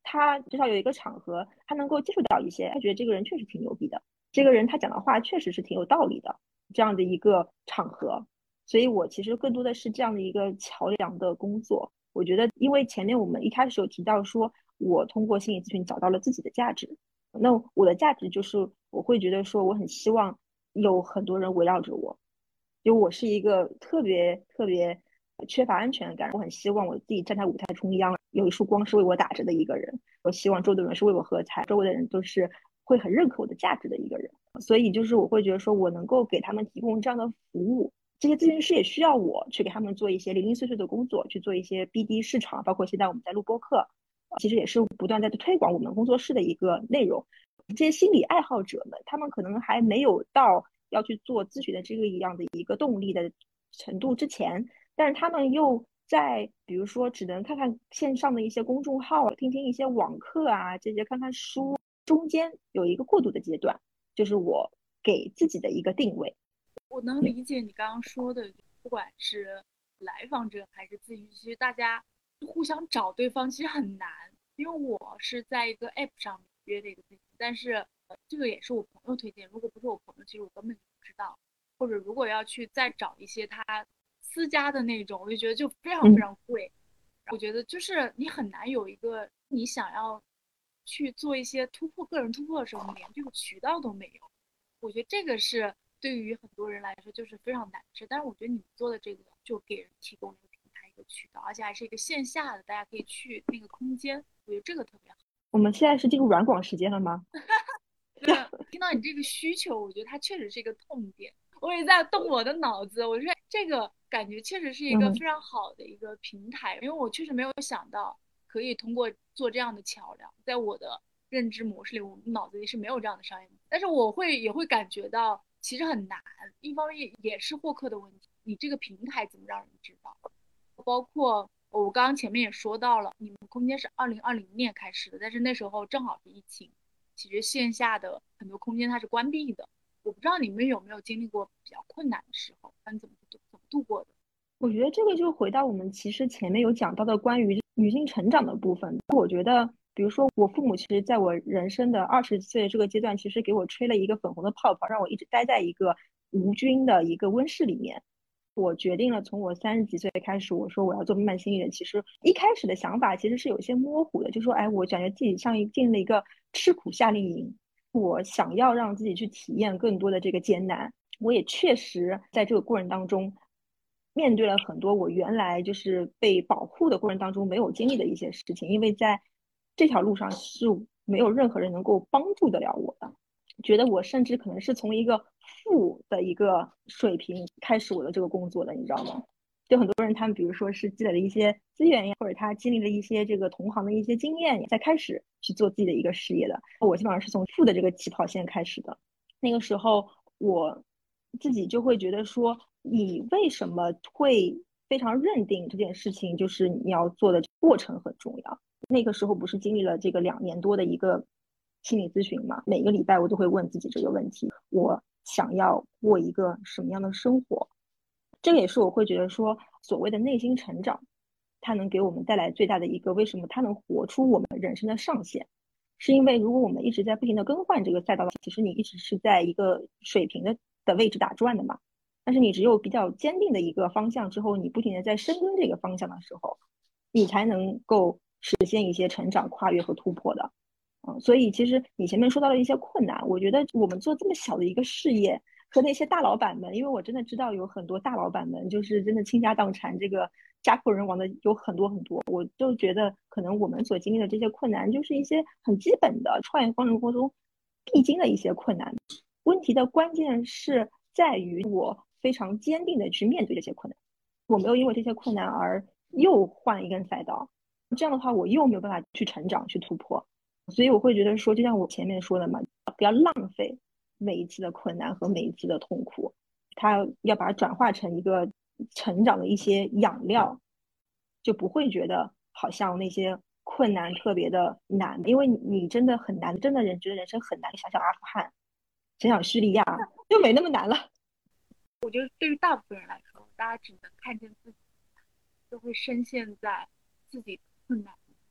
他至少有一个场合，他能够接触到一些，他觉得这个人确实挺牛逼的，这个人他讲的话确实是挺有道理的，这样的一个场合。所以我其实更多的是这样的一个桥梁的工作。我觉得，因为前面我们一开始有提到说，我通过心理咨询找到了自己的价值。那我的价值就是，我会觉得说，我很希望有很多人围绕着我，就我是一个特别特别缺乏安全感，我很希望我自己站在舞台中央，有一束光是为我打着的一个人。我希望周围的人是为我喝彩，周围的人都是会很认可我的价值的一个人。所以就是我会觉得说，我能够给他们提供这样的服务，这些咨询师也需要我去给他们做一些零零碎碎的工作，去做一些 BD 市场，包括现在我们在录播课，其实也是不断在推广我们工作室的一个内容。这些心理爱好者们，他们可能还没有到要去做咨询的这个一样的一个动力的程度之前，但是他们又在比如说只能看看线上的一些公众号，听听一些网课啊，这些看看书，中间有一个过渡的阶段，就是我给自己的一个定位。 我能理解你刚刚说的，不管是来访者还是咨询师，其实大家互相找对方其实很难。因为我是在一个 app 上面约的一个咨询，但是这个也是我朋友推荐，如果不是我朋友，其实我根本就不知道。或者如果要去再找一些他私家的那种，我就觉得就非常非嗯， 常贵。我觉得就是你很难有一个你想要去做一些突破、个人突破的时候，你连这个渠道都没有。我觉得这个是对于很多人来说就是非常难的事。但是我觉得你做的这个就给人提供一个平台、一个渠道，而且还是一个线下的，大家可以去那个空间，我觉得这个特别好。 我们现在是进入软广时间了吗？ 对，听到你这个需求，我觉得它确实是一个痛点。我也在动我的脑子，我说这个感觉确实是一个嗯， 非常好的一个平台，因为我确实没有想到可以通过做这样的桥梁，在我的认知模式里，我脑子里是没有这样的商业模式。但是我也会感觉到其实很难，一方面也是获客的问题，你这个平台怎么让人知道？包括我刚刚前面也说到了，你们空间是2020年开始的，但是那时候正好是疫情，其实线下的很多空间它是关闭的。我不知道你们有没有经历过比较困难的时候，那你怎么度过的？ 我觉得这个就回到我们其实前面有讲到的关于女性成长的部分。我觉得，比如说我父母，其实在我人生的20岁这个阶段，其实给我吹了一个粉红的泡泡，让我一直待在一个无菌的一个温室里面。我决定了从我30几岁开始，我说我要做慢心理人。其实一开始的想法其实是有些模糊的，就说哎，我感觉自己像进了一个吃苦夏令营，我想要让自己去体验更多的这个艰难。我也确实在这个过程当中面对了很多我原来就是被保护的过程当中没有经历的一些事情，因为在这条路上是没有任何人能够帮助得了我的。觉得我甚至可能是从一个负的一个水平开始我的这个工作的，你知道吗？就很多人他们比如说是积累了一些资源呀，或者他经历了一些这个同行的一些经验，才开始去做自己的一个事业的。我基本上是从负的这个起跑线开始的。那个时候我自己就会觉得说，你为什么会非常认定这件事情就是你要做的过程很重要？那个时候不是经历了这个2年多的一个心理咨询嘛，每个礼拜我都会问自己这个问题：我想要过一个什么样的生活？这个也是我会觉得说，所谓的内心成长，它能给我们带来最大的一个为什么它能活出我们人生的上限，是因为如果我们一直在不停的更换这个赛道，其实你一直是在一个水平的位置打转的嘛。但是你只有比较坚定的一个方向之后，你不停的在深耕这个方向的时候，你才能够实现一些成长、跨越和突破的。所以其实你前面说到了一些困难，我觉得我们做这么小的一个事业，和那些大老板们，因为我真的知道有很多大老板们就是真的倾家荡产，这个家破人亡的有很多很多。我就觉得可能我们所经历的这些困难，就是一些很基本的创业过程中必经的一些困难。问题的关键是在于我非常坚定的去面对这些困难，我没有因为这些困难而又换一根赛道，这样的话我又没有办法去成长去突破。所以我会觉得说，就像我前面说的嘛，不要浪费每一次的困难和每一次的痛苦，它要把它转化成一个成长的一些养料，就不会觉得好像那些困难特别的难，因为你真的很难，真的人觉得人生很难，想想阿富汗，想想叙利亚，就没那么难了。 我觉得对于大部分人来说，大家只能看见自己，就会深陷在自己的困难。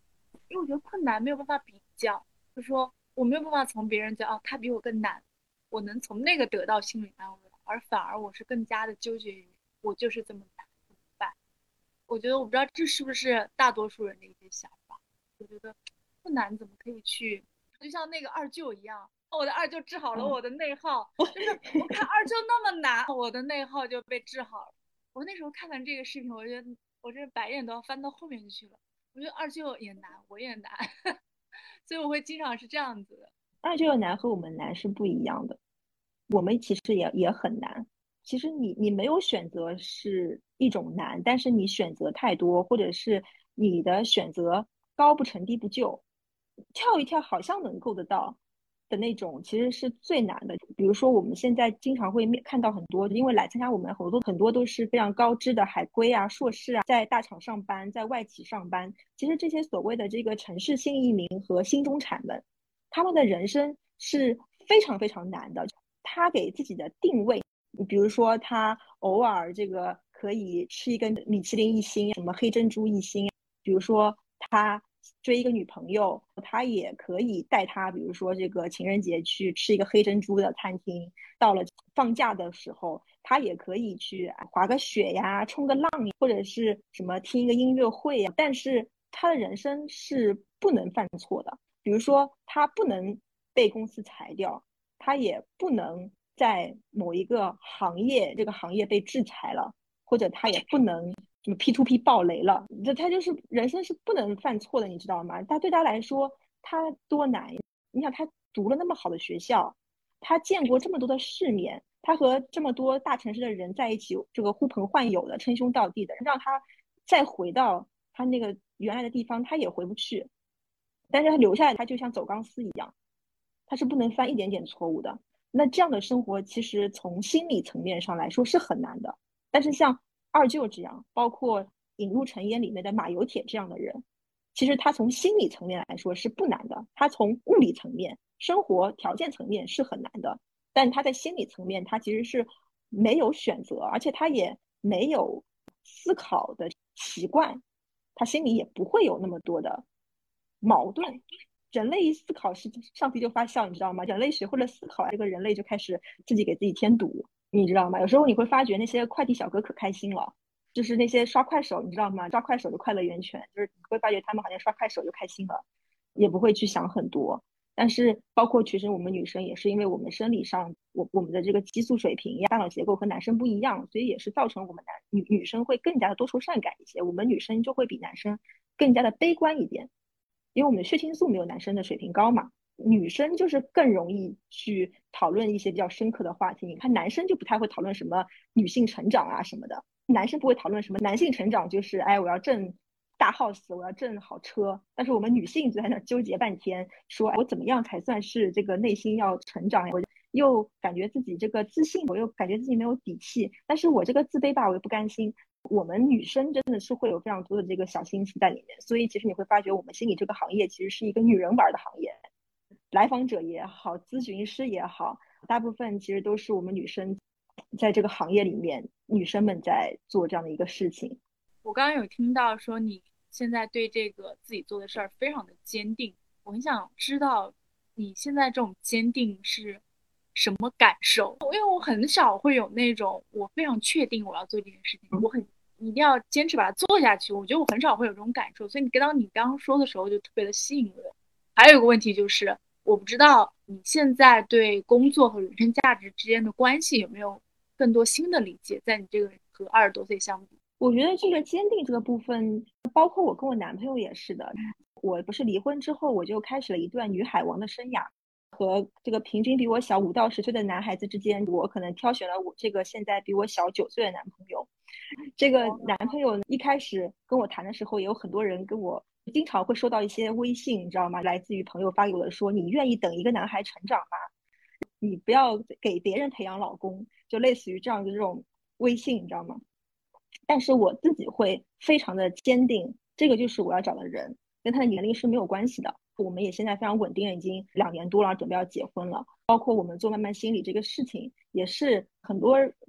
因为我觉得困难没有办法比较，就是说我没有办法从别人家他比我更难，我能从那个得到心理安慰，而反而我是更加的纠结于我就是这么难怎么办？我觉得我不知道这是不是大多数人的一些想法。我觉得不难怎么可以去，就像那个二舅一样，我的二舅治好了嗯， 我的内耗，就是我看二舅那么难，我的内耗就被治好了。我那时候看完这个视频，我觉得我这白眼都要翻到后面去了。我觉得二舅也难，我也难，所以我会经常是这样子的。 那这个难和我们难是不一样的，我们其实也很难。其实你没有选择是一种难，但是你选择太多，或者是你的选择高不成低不就，跳一跳好像能够得到的那种，其实是最难的。比如说我们现在经常会看到很多，因为来参加我们活动很多都是非常高知的海归啊、硕士啊，在大厂上班，在外企上班。其实这些所谓的这个城市新移民和新中产们，他们的人生是非常非常难的。他给自己的定位，比如说他偶尔这个可以吃一个米其林一星，什么黑珍珠一星，比如说他追一个女朋友，他也可以带她，比如说这个情人节去吃一个黑珍珠的餐厅。到了放假的时候，他也可以去滑个雪呀、冲个浪，或者是什么听一个音乐会呀。但是他的人生是不能犯错的，比如说他不能被公司裁掉，他也不能在某一个行业这个行业被制裁了，或者他也不能什么 P2P 爆雷了，这他就是人生是不能犯错的，你知道吗？他对他来说，他多难！你想，他读了那么好的学校，他见过这么多的世面，他和这么多大城市的人在一起，这个呼朋唤友的、称兄道弟的，让他再回到他那个原来的地方，他也回不去。但是他留下来，他就像走钢丝一样，他是不能犯一点点错误的。那这样的生活，其实从心理层面上来说是很难的。但是像二舅这样，包括《引入尘烟》里面的马有铁这样的人，其实他从心理层面来说是不难的，他从物理层面、生活条件层面是很难的，但他在心理层面，他其实是没有选择，而且他也没有思考的习惯，他心里也不会有那么多的矛盾。人类一思考是上帝就发笑，你知道吗？人类学会了思考，这个人类就开始自己给自己添堵，你知道吗？有时候你会发觉那些快递小哥可开心了，就是那些刷快手，你知道吗？刷快手的快乐源泉，就是你会发觉他们好像刷快手就开心了，也不会去想很多。但是包括其实我们女生也是因为我们生理上我们的这个激素水平、大脑结构和男生不一样，所以也是造成我们女生会更加的多愁善感一些，我们女生就会比男生更加的悲观一点。因为我们的血清素没有男生的水平高嘛，女生就是更容易去讨论一些比较深刻的话题。你看男生就不太会讨论什么女性成长啊什么的，男生不会讨论什么男性成长，就是哎我要挣大 house，我要挣好车。但是我们女性就在那纠结半天，说我怎么样才算是这个内心要成长呀？我又感觉自己这个自信，我又感觉自己没有底气，但是我这个自卑吧，我又不甘心。我们女生真的是会有非常多的这个小心思在里面，所以其实你会发觉我们心理这个行业其实是一个女人玩的行业，来访者也好，咨询师也好，大部分其实都是我们女生在这个行业里面，女生们在做这样的一个事情。 我刚刚有听到说你现在对这个自己做的事儿非常的坚定，我很想知道你现在这种坚定是什么感受？因为我很少会有那种我非常确定我要做这件事情，我很一定要坚持把它做下去。我觉得我很少会有这种感受，所以你刚刚说的时候就特别的吸引我。还有一个问题就是，我不知道你现在对工作和人生价值之间的关系有没有更多新的理解，在你这个和20多岁相比。 我觉得这个坚定这个部分，包括我跟我男朋友也是的。我不是离婚之后，我就开始了一段女海王的生涯，和这个平均比我小5到10岁的男孩子之间，我可能挑选了我这个现在比我小9岁的男朋友。这个男朋友一开始跟我谈的时候，也有很多人跟我经常会收到一些微信，你知道吗？来自于朋友发给我的说，你愿意等一个男孩成长吗？你不要给别人培养老公，就类似于这样的这种微信，你知道吗？但是我自己会非常的坚定，这个就是我要找的人，跟他的年龄是没有关系的。我们也现在非常稳定，已经2年多了，准备要结婚了。包括我们做慢慢心理这个事情，也是很多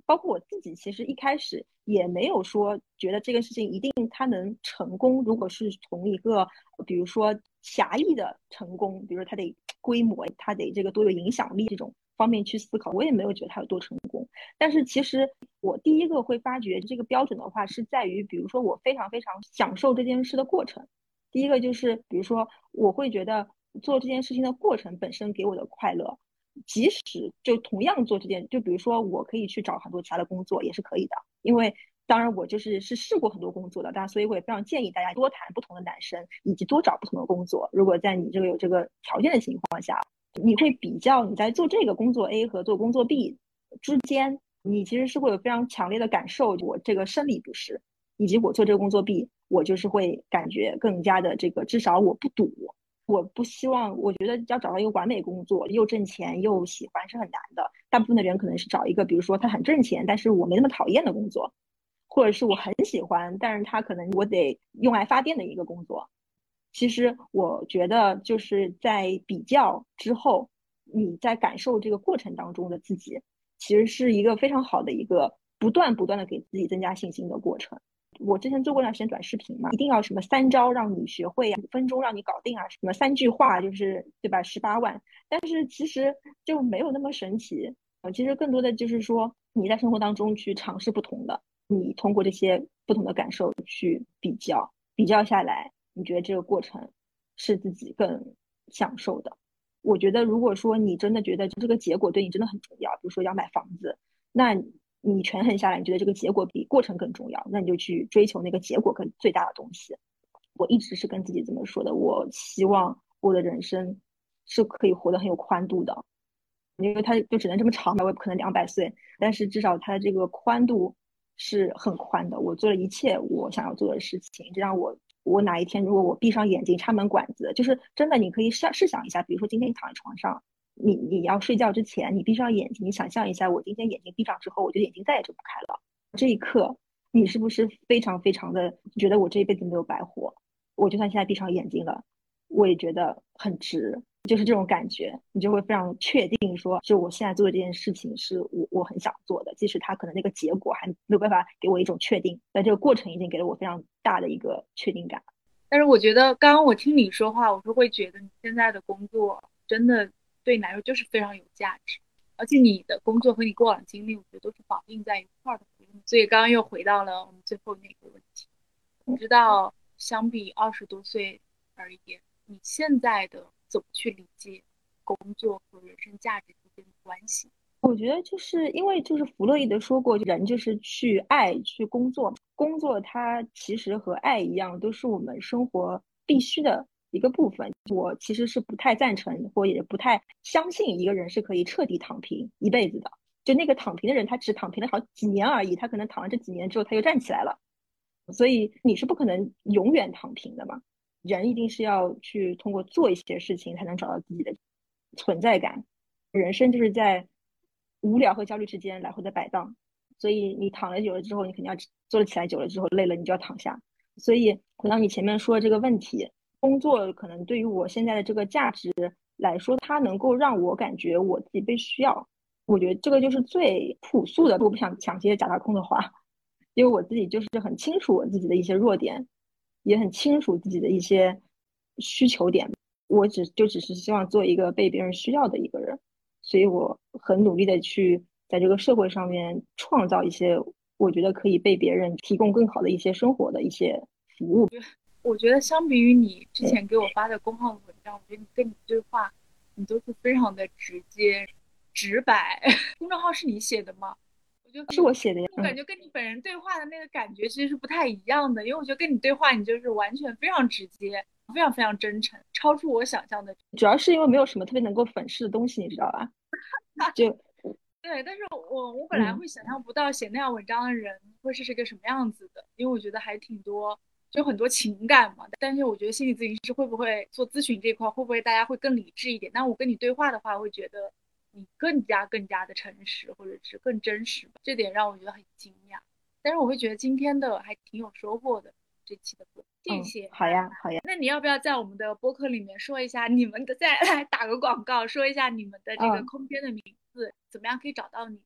包括我自己，其实一开始也没有说觉得这个事情一定它能成功。如果是从一个比如说狭义的成功，比如说它得规模，它得这个多有影响力这种方面去思考，我也没有觉得它有多成功。但是其实我第一个会发觉这个标准的话，是在于比如说我非常非常享受这件事的过程。第一个就是比如说我会觉得做这件事情的过程本身给我的快乐，即使就同样做这件，就比如说我可以去找很多其他的工作也是可以的，因为当然我就是试过很多工作的，当然所以我也非常建议大家多谈不同的男生，以及多找不同的工作。如果在你这个有这个条件的情况下，你会比较你在做这个工作 A 和做工作 B 之间，你其实是会有非常强烈的感受，我这个生理不适，以及我做这个工作 B，我就是会感觉更加的这个，至少我不赌。我不希望，我觉得要找到一个完美工作，又挣钱又喜欢是很难的。大部分的人可能是找一个，比如说他很挣钱，但是我没那么讨厌的工作，或者是我很喜欢，但是他可能我得用来发电的一个工作。其实我觉得就是在比较之后，你在感受这个过程当中的自己，其实是一个非常好的一个不断的给自己增加信心的过程。我之前做过一段时间短视频嘛，一定要什么3招让你学会啊，5分钟让你搞定啊，什么3句话就是对吧18万，但是其实就没有那么神奇。其实更多的就是说你在生活当中去尝试不同的，你通过这些不同的感受去比较下来，你觉得这个过程是自己更享受的。我觉得如果说你真的觉得这个结果对你真的很重要，比如说要买房子，那你权衡下来，你觉得这个结果比过程更重要，那你就去追求那个结果更最大的东西。我一直是跟自己这么说的，我希望我的人生是可以活得很有宽度的，因为它就只能这么长嘛，我也不可能200岁，但是至少它的这个宽度是很宽的。我做了一切我想要做的事情，这让我哪一天如果我闭上眼睛插门管子，就是真的，你可以试想一下，比如说今天你躺在床上，你要睡觉之前，你闭上眼睛，你想象一下，我今天眼睛闭上之后，我就眼睛再也睁不开了。这一刻，你是不是非常非常的觉得我这一辈子没有白活？我就算现在闭上眼睛了，我也觉得很值。就是这种感觉，你就会非常确定说，就我现在做的这件事情是我很想做的，即使他可能那个结果还没有办法给我一种确定，但这个过程已经给了我非常大的一个确定感。 但是我觉得刚刚我听你说话，我是会觉得你现在的工作真的对你来说就是非常有价值，而且你的工作和你过往经历，我觉得都是绑定在一块儿的。所以刚刚又回到了我们最后那个问题，不知道相比20多岁而言，你现在的怎么去理解工作和人生价值之间的关系？ 我觉得就是因为就是弗洛伊德说过，人就是去爱去工作，工作它其实和爱一样，都是我们生活必须的一个部分。我其实是不太赞成，或也不太相信一个人是可以彻底躺平一辈子的。就那个躺平的人，他只躺平了好几年而已，他可能躺了这几年之后，他又站起来了。所以你是不可能永远躺平的嘛。人一定是要去通过做一些事情，才能找到自己的存在感。人生就是在无聊和焦虑之间来回的摆荡，所以你躺了久了之后，你肯定要坐了起来久了之后累了，你就要躺下。所以回到你前面说的这个问题，工作可能对于我现在的这个价值来说，它能够让我感觉我自己被需要。我觉得这个就是最朴素的，我不想讲这些假大空的话，因为我自己就是很清楚我自己的一些弱点，也很清楚自己的一些需求点。我只是希望做一个被别人需要的一个人，所以我很努力的去在这个社会上面创造一些我觉得可以被别人提供更好的一些生活的一些服务。 我觉得相比于你之对， 前给我发的公号的文章，我觉得你跟你对话，你都是非常的直接、直白。公众号是你写的吗？我就是我写的呀。 我感觉跟你本人对话的那个感觉其实是不太一样的，因为我觉得跟你对话，你就是完全非常直接，非常非常真诚，超出我想象的。 主要是因为没有什么特别能够粉饰的东西，你知道吧？就对，但是我本来嗯。 会想象不到写那样文章的人会是个什么样子的，因为我觉得还挺多，就很多情感嘛。但是我觉得心理咨询师会不会做咨询这块，会不会大家会更理智一点？那我跟你对话的话，我会觉得你更加的诚实，或者是更真实吧，这点让我觉得很惊讶。但是我会觉得今天的还挺有收获的，这期的播，谢嗯， 谢好娜娜。 呀，好呀。 那你要不要在我们的播客里面说一下你们的，再来打个广告，说一下你们的这个嗯， 空间的名字，怎么样可以找到你？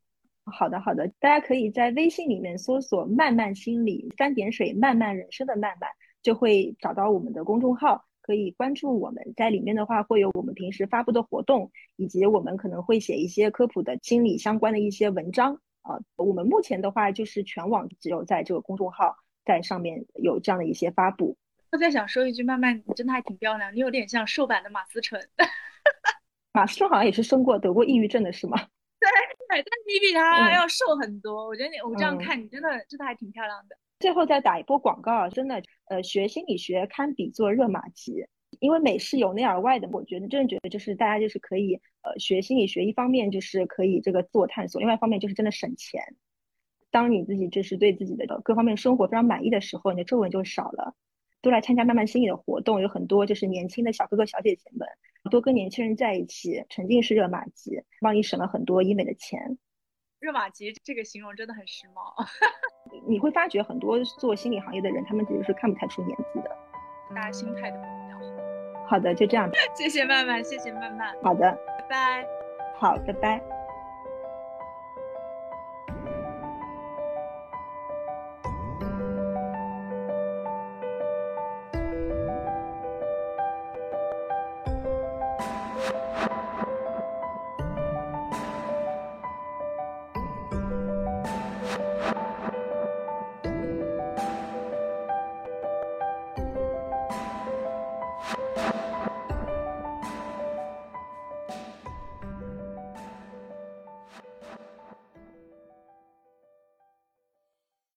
好的，好的，大家可以在微信里面搜索“慢慢心理”，三点水慢慢人生的慢慢，就会找到我们的公众号，可以关注我们。在里面的话，会有我们平时发布的活动，以及我们可能会写一些科普的心理相关的一些文章啊。我们目前的话，就是全网只有在这个公众号在上面有这样的一些发布。 我在想说一句，慢慢你真的还挺漂亮，你有点像瘦版的马思纯。 马思纯好像也是得过抑郁症的是吗？ 对，但你比他嗯要瘦很多。我觉得我这样嗯。 看你真的还挺漂亮的。 最后再打一波广告啊，真的，学心理学堪比做热玛吉，因为美式有内而外的，我真的觉得就是大家就是可以，学心理学，一方面就是可以这个自我探索，另外一方面就是真的省钱。当你自己就是对自己的各方面生活非常满意的时候，你的皱纹就少了。多来参加慢慢心理的活动，有很多就是年轻的小哥哥小姐姐们，多跟年轻人在一起，沉浸式热玛吉，帮你省了很多医美的钱。 热玛吉这个形容真的很时髦。 你会发觉很多做心理行业的人，他们其实是看不太出年纪的。 大家心态都比较好。 好的，就这样。 谢谢曼曼，谢谢曼曼， 好的， 拜拜。 好，拜拜。